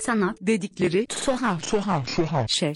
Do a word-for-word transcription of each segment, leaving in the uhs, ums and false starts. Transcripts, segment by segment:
Sanat dedikleri tuhaf tuhaf tuhaf şey.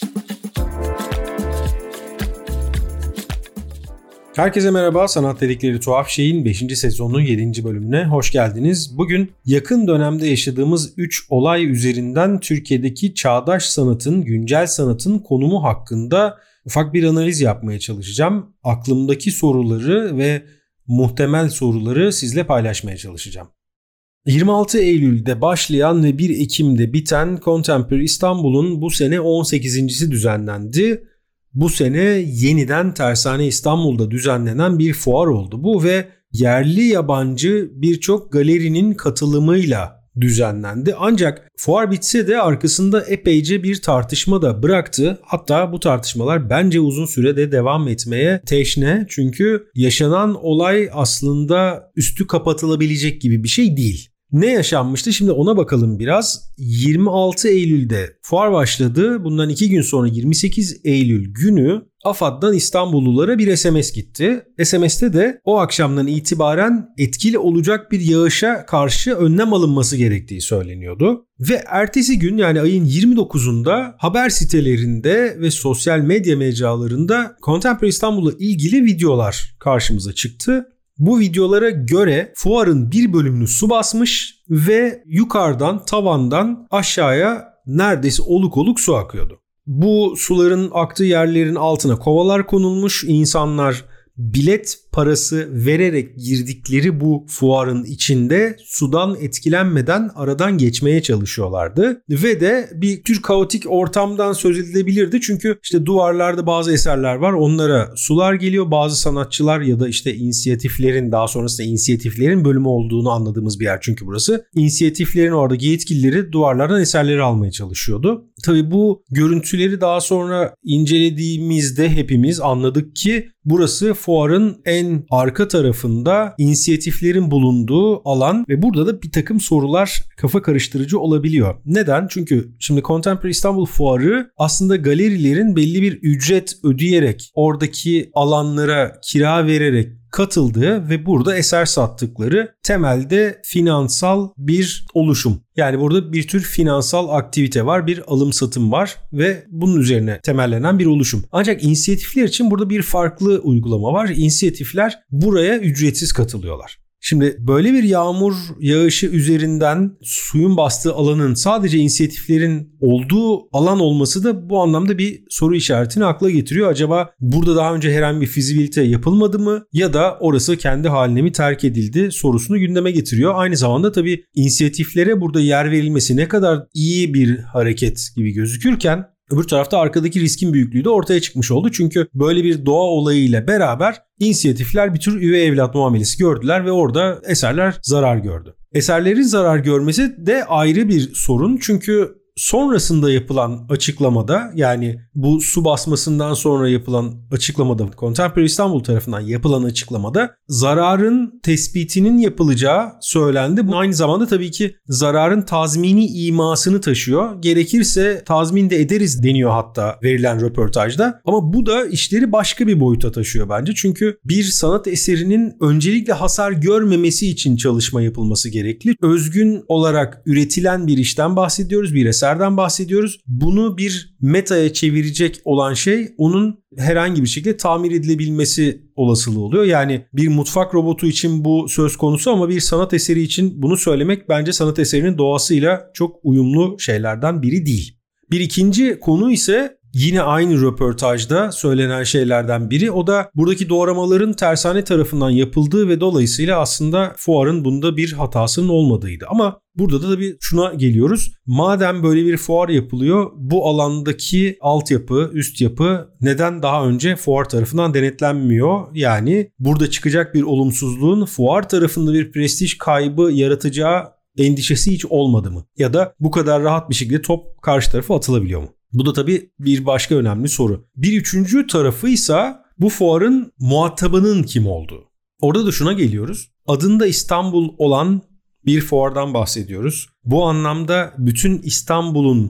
Herkese merhaba, Sanat dedikleri tuhaf şeyin beşinci sezonunun yedinci bölümüne hoş geldiniz. Bugün yakın dönemde yaşadığımız üç olay üzerinden Türkiye'deki çağdaş sanatın, güncel sanatın konumu hakkında ufak bir analiz yapmaya çalışacağım. Aklımdaki soruları ve muhtemel soruları sizle paylaşmaya çalışacağım. yirmi altı Eylül'de başlayan ve bir Ekim'de biten Contemporary İstanbul'un bu sene on sekizincisi düzenlendi. Bu sene yeniden Tersane İstanbul'da düzenlenen bir fuar oldu bu ve yerli yabancı birçok galerinin katılımıyla düzenlendi. Ancak fuar bitse de arkasında epeyce bir tartışma da bıraktı. Hatta bu tartışmalar bence uzun sürede devam etmeye teşne. Çünkü yaşanan olay aslında üstü kapatılabilecek gibi bir şey değil. Ne yaşanmıştı? Şimdi ona bakalım biraz. yirmi altı Eylül'de fuar başladı. Bundan iki gün sonra yirmi sekiz Eylül günü AFAD'dan İstanbullulara bir S M S gitti. S M S'te de o akşamdan itibaren etkili olacak bir yağışa karşı önlem alınması gerektiği söyleniyordu. Ve ertesi gün, yani ayın yirmi dokuzunda haber sitelerinde ve sosyal medya mecralarında Contemporary İstanbul'la ilgili videolar karşımıza çıktı. Bu videolara göre fuarın bir bölümünü su basmış ve yukarıdan, tavandan aşağıya neredeyse oluk oluk su akıyordu. Bu suların aktığı yerlerin altına kovalar konulmuş, insanlar bilet parası vererek girdikleri bu fuarın içinde sudan etkilenmeden aradan geçmeye çalışıyorlardı. Ve de bir tür kaotik ortamdan söz edilebilirdi. Çünkü işte duvarlarda bazı eserler var, onlara sular geliyor. Bazı sanatçılar ya da işte inisiyatiflerin, daha sonrasında inisiyatiflerin bölümü olduğunu anladığımız bir yer çünkü burası. İnisiyatiflerin oradaki yetkilileri duvarlardan eserleri almaya çalışıyordu. Tabii bu görüntüleri daha sonra incelediğimizde hepimiz anladık ki burası fuarın en arka tarafında inisiyatiflerin bulunduğu alan ve burada da bir takım sorular kafa karıştırıcı olabiliyor. Neden? Çünkü şimdi Contemporary İstanbul Fuarı aslında galerilerin belli bir ücret ödeyerek, oradaki alanlara kira vererek katıldığı ve burada eser sattıkları temelde finansal bir oluşum. Yani burada bir tür finansal aktivite var, bir alım satım var ve bunun üzerine temellenen bir oluşum. Ancak inisiyatifler için burada bir farklı uygulama var. İnisiyatifler buraya ücretsiz katılıyorlar. Şimdi böyle bir yağmur yağışı üzerinden suyun bastığı alanın sadece inisiyatiflerin olduğu alan olması da bu anlamda bir soru işaretini akla getiriyor. Acaba burada daha önce herhangi bir fizibilite yapılmadı mı ya da orası kendi haline mi terk edildi sorusunu gündeme getiriyor. Aynı zamanda tabii inisiyatiflere burada yer verilmesi ne kadar iyi bir hareket gibi gözükürken öbür tarafta arkadaki riskin büyüklüğü de ortaya çıkmış oldu. Çünkü böyle bir doğa olayıyla beraber inisiyatifler bir tür üvey evlat muamelesi gördüler ve orada eserler zarar gördü. Eserlerin zarar görmesi de ayrı bir sorun. Çünkü sonrasında yapılan açıklamada, yani bu su basmasından sonra yapılan açıklamada, Contemporary İstanbul tarafından yapılan açıklamada zararın tespitinin yapılacağı söylendi. Bu aynı zamanda tabii ki zararın tazmini imasını taşıyor. Gerekirse tazmin de ederiz deniyor hatta verilen röportajda. Ama bu da işleri başka bir boyuta taşıyor bence. Çünkü bir sanat eserinin öncelikle hasar görmemesi için çalışma yapılması gerekli. Özgün olarak üretilen bir işten bahsediyoruz, bir eser eserden bahsediyoruz. Bunu bir metaya çevirecek olan şey onun herhangi bir şekilde tamir edilebilmesi olasılığı oluyor. Yani bir mutfak robotu için bu söz konusu ama bir sanat eseri için bunu söylemek bence sanat eserinin doğasıyla çok uyumlu şeylerden biri değil. Bir ikinci konu ise yine aynı röportajda söylenen şeylerden biri. O da buradaki doğramaların tersane tarafından yapıldığı ve dolayısıyla aslında fuarın bunda bir hatasının olmadığıydı. Ama burada da tabii şuna geliyoruz. Madem böyle bir fuar yapılıyor, bu alandaki altyapı, üst yapı neden daha önce fuar tarafından denetlenmiyor? Yani burada çıkacak bir olumsuzluğun fuar tarafında bir prestij kaybı yaratacağı endişesi hiç olmadı mı? Ya da bu kadar rahat bir şekilde top karşı tarafa atılabiliyor mu? Bu da tabii bir başka önemli soru. Bir üçüncü tarafı ise bu fuarın muhatabının kim olduğu. Orada da şuna geliyoruz. Adında İstanbul olan bir fuardan bahsediyoruz. Bu anlamda bütün İstanbul'un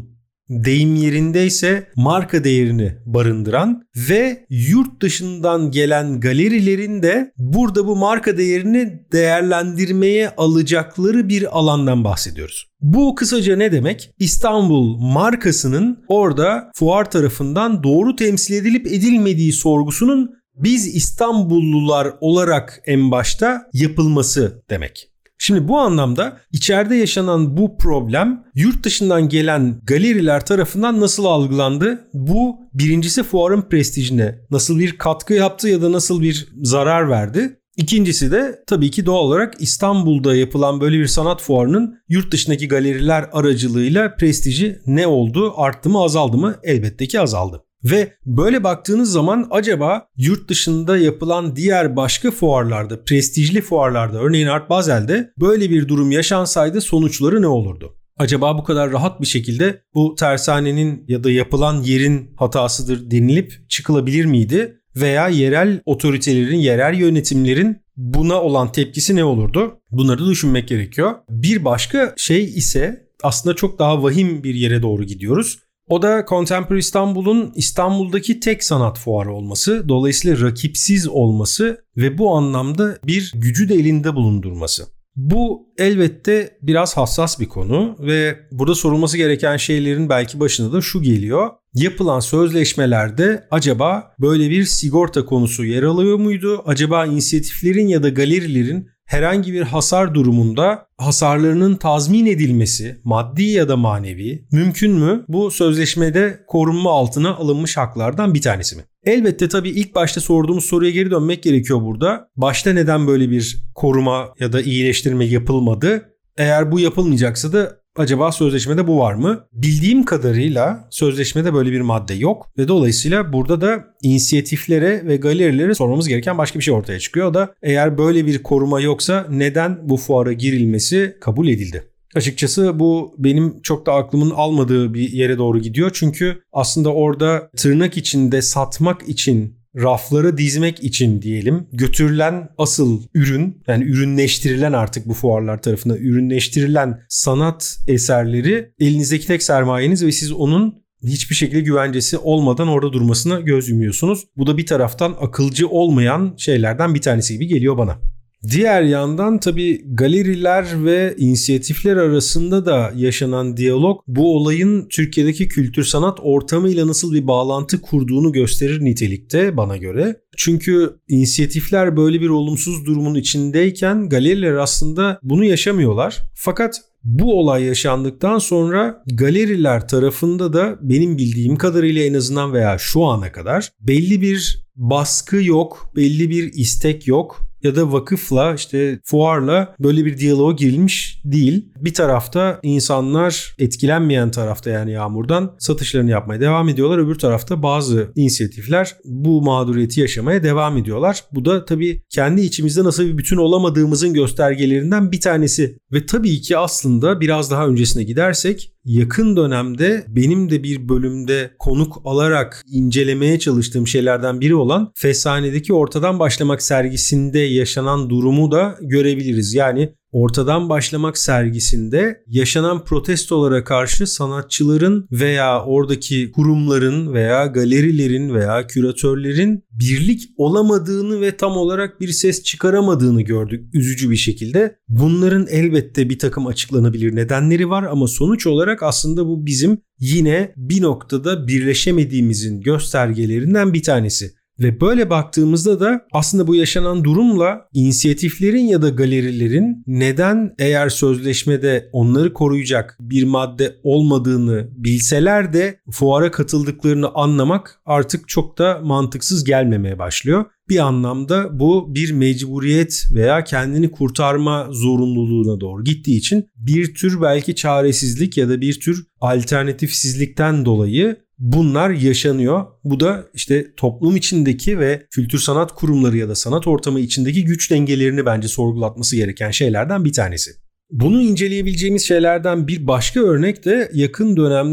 deyim yerindeyse marka değerini barındıran ve yurt dışından gelen galerilerin de burada bu marka değerini değerlendirmeye alacakları bir alandan bahsediyoruz. Bu kısaca ne demek? İstanbul markasının orada fuar tarafından doğru temsil edilip edilmediği sorgusunun biz İstanbullular olarak en başta yapılması demek. Şimdi bu anlamda içeride yaşanan bu problem yurt dışından gelen galeriler tarafından nasıl algılandı? Bu birincisi fuarın prestijine nasıl bir katkı yaptı ya da nasıl bir zarar verdi? İkincisi de tabii ki doğal olarak İstanbul'da yapılan böyle bir sanat fuarının yurt dışındaki galeriler aracılığıyla prestiji ne oldu? Arttı mı, azaldı mı? Elbette ki azaldı. Ve böyle baktığınız zaman acaba yurt dışında yapılan diğer başka fuarlarda, prestijli fuarlarda, örneğin Art Basel'de böyle bir durum yaşansaydı sonuçları ne olurdu? Acaba bu kadar rahat bir şekilde bu tersanenin ya da yapılan yerin hatasıdır denilip çıkılabilir miydi? Veya yerel otoritelerin, yerel yönetimlerin buna olan tepkisi ne olurdu? Bunları da düşünmek gerekiyor. Bir başka şey ise aslında çok daha vahim bir yere doğru gidiyoruz. O da Contemporary İstanbul'un İstanbul'daki tek sanat fuarı olması, dolayısıyla rakipsiz olması ve bu anlamda bir gücü de elinde bulundurması. Bu elbette biraz hassas bir konu ve burada sorulması gereken şeylerin belki başında da şu geliyor. Yapılan sözleşmelerde acaba böyle bir sigorta konusu yer alıyor muydu? Acaba inisiyatiflerin ya da galerilerin herhangi bir hasar durumunda hasarlarının tazmin edilmesi, maddi ya da manevi, mümkün mü? Bu sözleşmede korunma altına alınmış haklardan bir tanesi mi? Elbette tabii ilk başta sorduğumuz soruya geri dönmek gerekiyor burada. Başta neden böyle bir koruma ya da iyileştirme yapılmadı? Eğer bu yapılmayacaksa da acaba sözleşmede bu var mı? Bildiğim kadarıyla sözleşmede böyle bir madde yok ve dolayısıyla burada da inisiyatiflere ve galerilere sormamız gereken başka bir şey ortaya çıkıyor. O da eğer böyle bir koruma yoksa neden bu fuara girilmesi kabul edildi? Açıkçası bu benim çok da aklımın almadığı bir yere doğru gidiyor. Çünkü aslında orada tırnak içinde satmak için, raflara dizmek için diyelim götürülen asıl ürün, yani ürünleştirilen artık bu fuarlar tarafından ürünleştirilen sanat eserleri elinizdeki tek sermayeniz ve siz onun hiçbir şekilde güvencesi olmadan orada durmasına göz yumuyorsunuz. Bu da bir taraftan akılcı olmayan şeylerden bir tanesi gibi geliyor bana. Diğer yandan tabii galeriler ve inisiyatifler arasında da yaşanan diyalog bu olayın Türkiye'deki kültür sanat ortamıyla nasıl bir bağlantı kurduğunu gösterir nitelikte bana göre. Çünkü inisiyatifler böyle bir olumsuz durumun içindeyken galeriler aslında bunu yaşamıyorlar. Fakat bu olay yaşandıktan sonra galeriler tarafında da benim bildiğim kadarıyla en azından veya şu ana kadar belli bir baskı yok, belli bir istek yok. Ya da vakıfla işte fuarla böyle bir diyaloğa girilmiş değil. Bir tarafta insanlar etkilenmeyen tarafta yani yağmurdan satışlarını yapmaya devam ediyorlar. Öbür tarafta bazı inisiyatifler bu mağduriyeti yaşamaya devam ediyorlar. Bu da tabii kendi içimizde nasıl bir bütün olamadığımızın göstergelerinden bir tanesi. Ve tabii ki aslında biraz daha öncesine gidersek yakın dönemde benim de bir bölümde konuk alarak incelemeye çalıştığım şeylerden biri olan Feshane'deki Ortadan Başlamak sergisinde yaşanan durumu da görebiliriz. Yani Ortadan Başlamak sergisinde yaşanan protestolara karşı sanatçıların veya oradaki kurumların veya galerilerin veya küratörlerin birlik olamadığını ve tam olarak bir ses çıkaramadığını gördük üzücü bir şekilde. Bunların elbette bir takım açıklanabilir nedenleri var ama sonuç olarak aslında bu bizim yine bir noktada birleşemediğimizin göstergelerinden bir tanesi. Ve böyle baktığımızda da aslında bu yaşanan durumla inisiyatiflerin ya da galerilerin neden eğer sözleşmede onları koruyacak bir madde olmadığını bilseler de fuara katıldıklarını anlamak artık çok da mantıksız gelmemeye başlıyor. Bir anlamda bu bir mecburiyet veya kendini kurtarma zorunluluğuna doğru gittiği için bir tür belki çaresizlik ya da bir tür alternatifsizlikten dolayı bunlar yaşanıyor. Bu da işte toplum içindeki ve kültür sanat kurumları ya da sanat ortamı içindeki güç dengelerini bence sorgulatması gereken şeylerden bir tanesi. Bunu inceleyebileceğimiz şeylerden bir başka örnek de yakın dönemde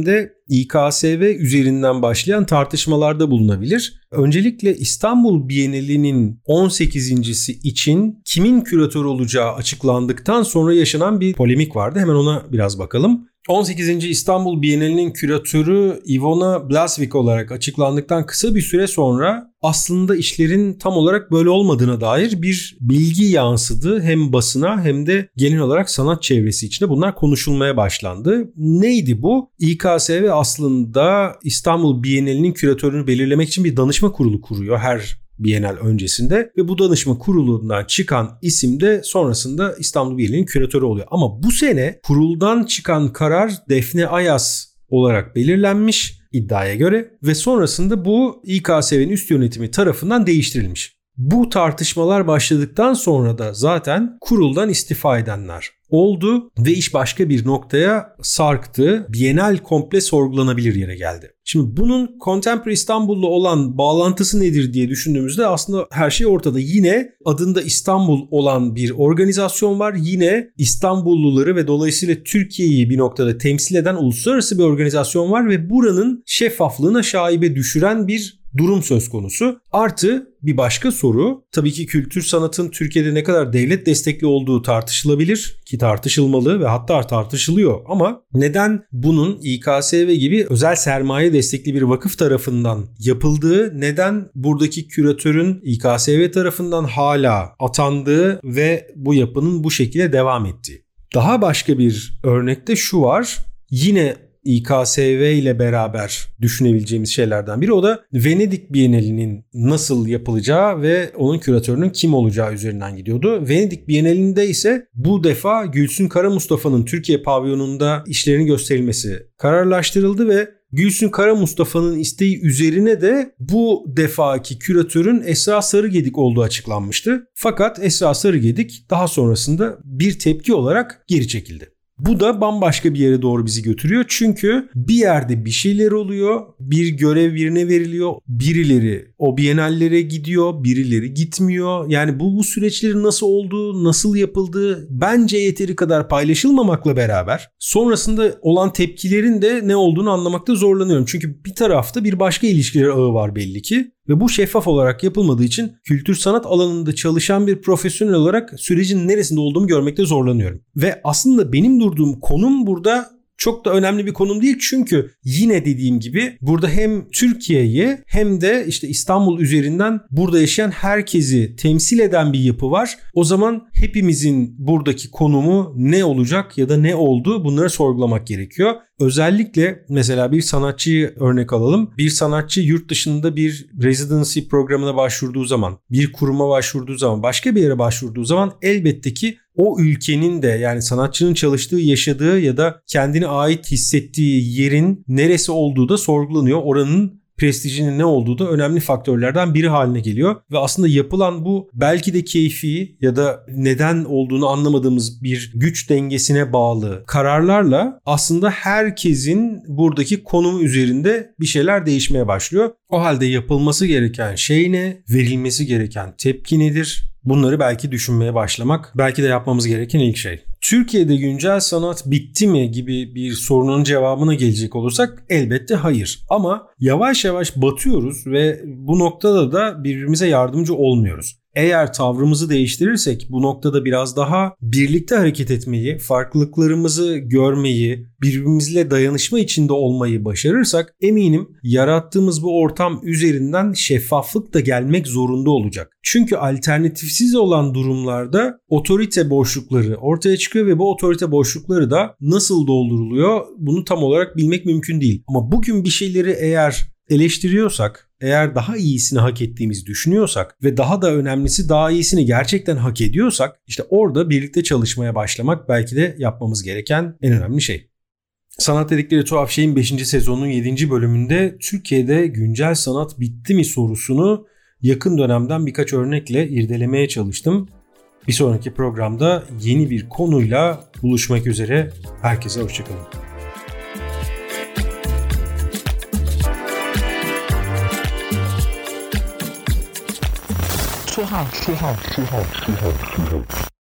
İ K S V üzerinden başlayan tartışmalarda bulunabilir. Öncelikle İstanbul Bienalinin on sekizincisi için kimin küratör olacağı açıklandıktan sonra yaşanan bir polemik vardı. Hemen ona biraz bakalım. on sekizinci İstanbul Bienalinin küratörü Ivona Blasvik olarak açıklandıktan kısa bir süre sonra aslında işlerin tam olarak böyle olmadığına dair bir bilgi yansıdı. Hem basına hem de genel olarak sanat çevresi içinde bunlar konuşulmaya başlandı. Neydi bu? İ K S V aslında İstanbul Bienalinin küratörünü belirlemek için bir danışma kurulu kuruyor her Bienal öncesinde ve bu danışma kurulundan çıkan isim de sonrasında İstanbul Bienali'nin küratörü oluyor. Ama bu sene kuruldan çıkan karar Defne Ayaz olarak belirlenmiş iddiaya göre ve sonrasında bu İ K S V'nin üst yönetimi tarafından değiştirilmiş. Bu tartışmalar başladıktan sonra da zaten kuruldan istifa edenler oldu ve iş başka bir noktaya sarktı. Bienal komple sorgulanabilir yere geldi. Şimdi bunun Contemporary İstanbul'la olan bağlantısı nedir diye düşündüğümüzde aslında her şey ortada. Yine adında İstanbul olan bir organizasyon var. Yine İstanbulluları ve dolayısıyla Türkiye'yi bir noktada temsil eden uluslararası bir organizasyon var ve buranın şeffaflığına şaibe düşüren bir durum söz konusu. Artı bir başka soru, tabii ki kültür sanatın Türkiye'de ne kadar devlet destekli olduğu tartışılabilir ki tartışılmalı ve hatta tartışılıyor ama neden bunun İ K S V gibi özel sermaye destekli bir vakıf tarafından yapıldığı, neden buradaki küratörün İ K S V tarafından hala atandığı ve bu yapının bu şekilde devam ettiği. Daha başka bir örnekte şu var, yine İ K S V ile beraber düşünebileceğimiz şeylerden biri, o da Venedik Bienalinin nasıl yapılacağı ve onun küratörünün kim olacağı üzerinden gidiyordu. Venedik Bienalinde ise bu defa Gülsün Kara Mustafa'nın Türkiye pavyonunda işlerinin gösterilmesi kararlaştırıldı ve Gülsün Kara Mustafa'nın isteği üzerine de bu defaki küratörün Esra Sarıgedik olduğu açıklanmıştı. Fakat Esra Sarıgedik daha sonrasında bir tepki olarak geri çekildi. Bu da bambaşka bir yere doğru bizi götürüyor. Çünkü bir yerde bir şeyler oluyor. Bir görev birine veriliyor. Birileri o bienallere gidiyor. Birileri gitmiyor. Yani bu, bu süreçlerin nasıl olduğu, nasıl yapıldığı bence yeteri kadar paylaşılmamakla beraber sonrasında olan tepkilerin de ne olduğunu anlamakta zorlanıyorum. Çünkü bir tarafta bir başka ilişkiler ağı var belli ki. Ve bu şeffaf olarak yapılmadığı için kültür sanat alanında çalışan bir profesyonel olarak sürecin neresinde olduğumu görmekte zorlanıyorum. Ve aslında benim durduğum konum burada çok da önemli bir konum değil. Çünkü yine dediğim gibi burada hem Türkiye'yi hem de işte İstanbul üzerinden burada yaşayan herkesi temsil eden bir yapı var. O zaman hepimizin buradaki konumu ne olacak ya da ne oldu, bunları sorgulamak gerekiyor. Özellikle mesela bir sanatçıyı örnek alalım. Bir sanatçı yurt dışında bir residency programına başvurduğu zaman, bir kuruma başvurduğu zaman, başka bir yere başvurduğu zaman elbette ki o ülkenin de, yani sanatçının çalıştığı, yaşadığı ya da kendine ait hissettiği yerin neresi olduğu da sorgulanıyor. Oranın prestijinin ne olduğu da önemli faktörlerden biri haline geliyor. Ve aslında yapılan bu belki de keyfi ya da neden olduğunu anlamadığımız bir güç dengesine bağlı kararlarla aslında herkesin buradaki konumu üzerinde bir şeyler değişmeye başlıyor. O halde yapılması gereken şey ne? Verilmesi gereken tepki nedir? Bunları belki düşünmeye başlamak, belki de yapmamız gereken ilk şey. Türkiye'de güncel sanat bitti mi gibi bir sorunun cevabına gelecek olursak elbette hayır. Ama yavaş yavaş batıyoruz ve bu noktada da birbirimize yardımcı olmuyoruz. Eğer tavrımızı değiştirirsek, bu noktada biraz daha birlikte hareket etmeyi, farklılıklarımızı görmeyi, birbirimizle dayanışma içinde olmayı başarırsak eminim yarattığımız bu ortam üzerinden şeffaflık da gelmek zorunda olacak. Çünkü alternatifsiz olan durumlarda otorite boşlukları ortaya çıkıyor ve bu otorite boşlukları da nasıl dolduruluyor bunu tam olarak bilmek mümkün değil. Ama bugün bir şeyleri eğer eleştiriyorsak, eğer daha iyisini hak ettiğimizi düşünüyorsak ve daha da önemlisi daha iyisini gerçekten hak ediyorsak, işte orada birlikte çalışmaya başlamak belki de yapmamız gereken en önemli şey. Sanat Dedikleri Tuhaf Şey'in beşinci sezonunun yedinci bölümünde Türkiye'de güncel sanat bitti mi sorusunu yakın dönemden birkaç örnekle irdelemeye çalıştım. Bir sonraki programda yeni bir konuyla buluşmak üzere. Herkese hoşçakalın. Tuhaf, tuhaf, tuhaf, tuhaf, tuhaf.